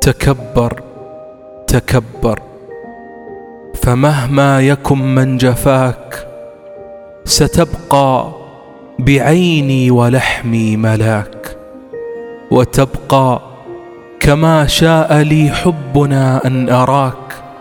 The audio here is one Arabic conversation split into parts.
تكبر تكبر، فمهما يكن من جفاك ستبقى بعيني ولحمي ملاك، وتبقى كما شاء لي حبنا أن أراك.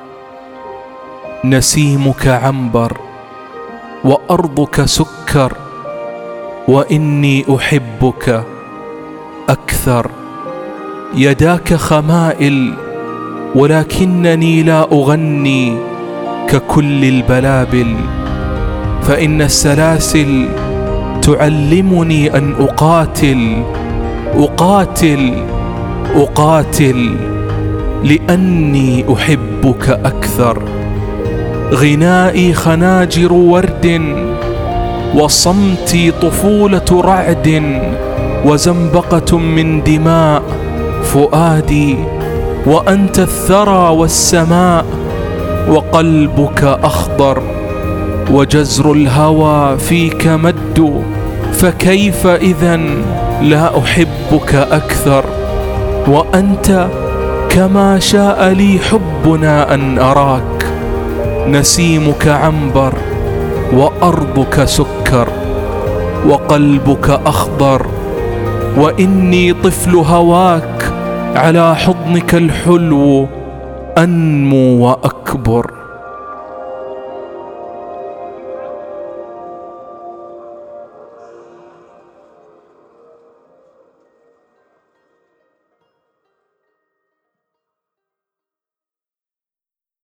نسيمك عنبر وأرضك سكر، وإني أحبك أكثر. يداك خمائل ولكنني لا أغني ككل البلابل، فإن السلاسل تعلمني أن أقاتل أقاتل أقاتل لأني أحبك أكثر. غنائي خناجر ورد، وصمتي طفولة رعد، وزنبقة من دماء فؤادي، وأنت الثرى والسماء، وقلبك أخضر، وجزر الهوى فيك مد، فكيف إذن لا أحبك أكثر؟ وأنت كما شاء لي حبنا أن أراك. نسيمك عنبر وأرضك سكر، وقلبك أخضر، وإني طفل هواك على حضنك الحلو أنمو وأكبر.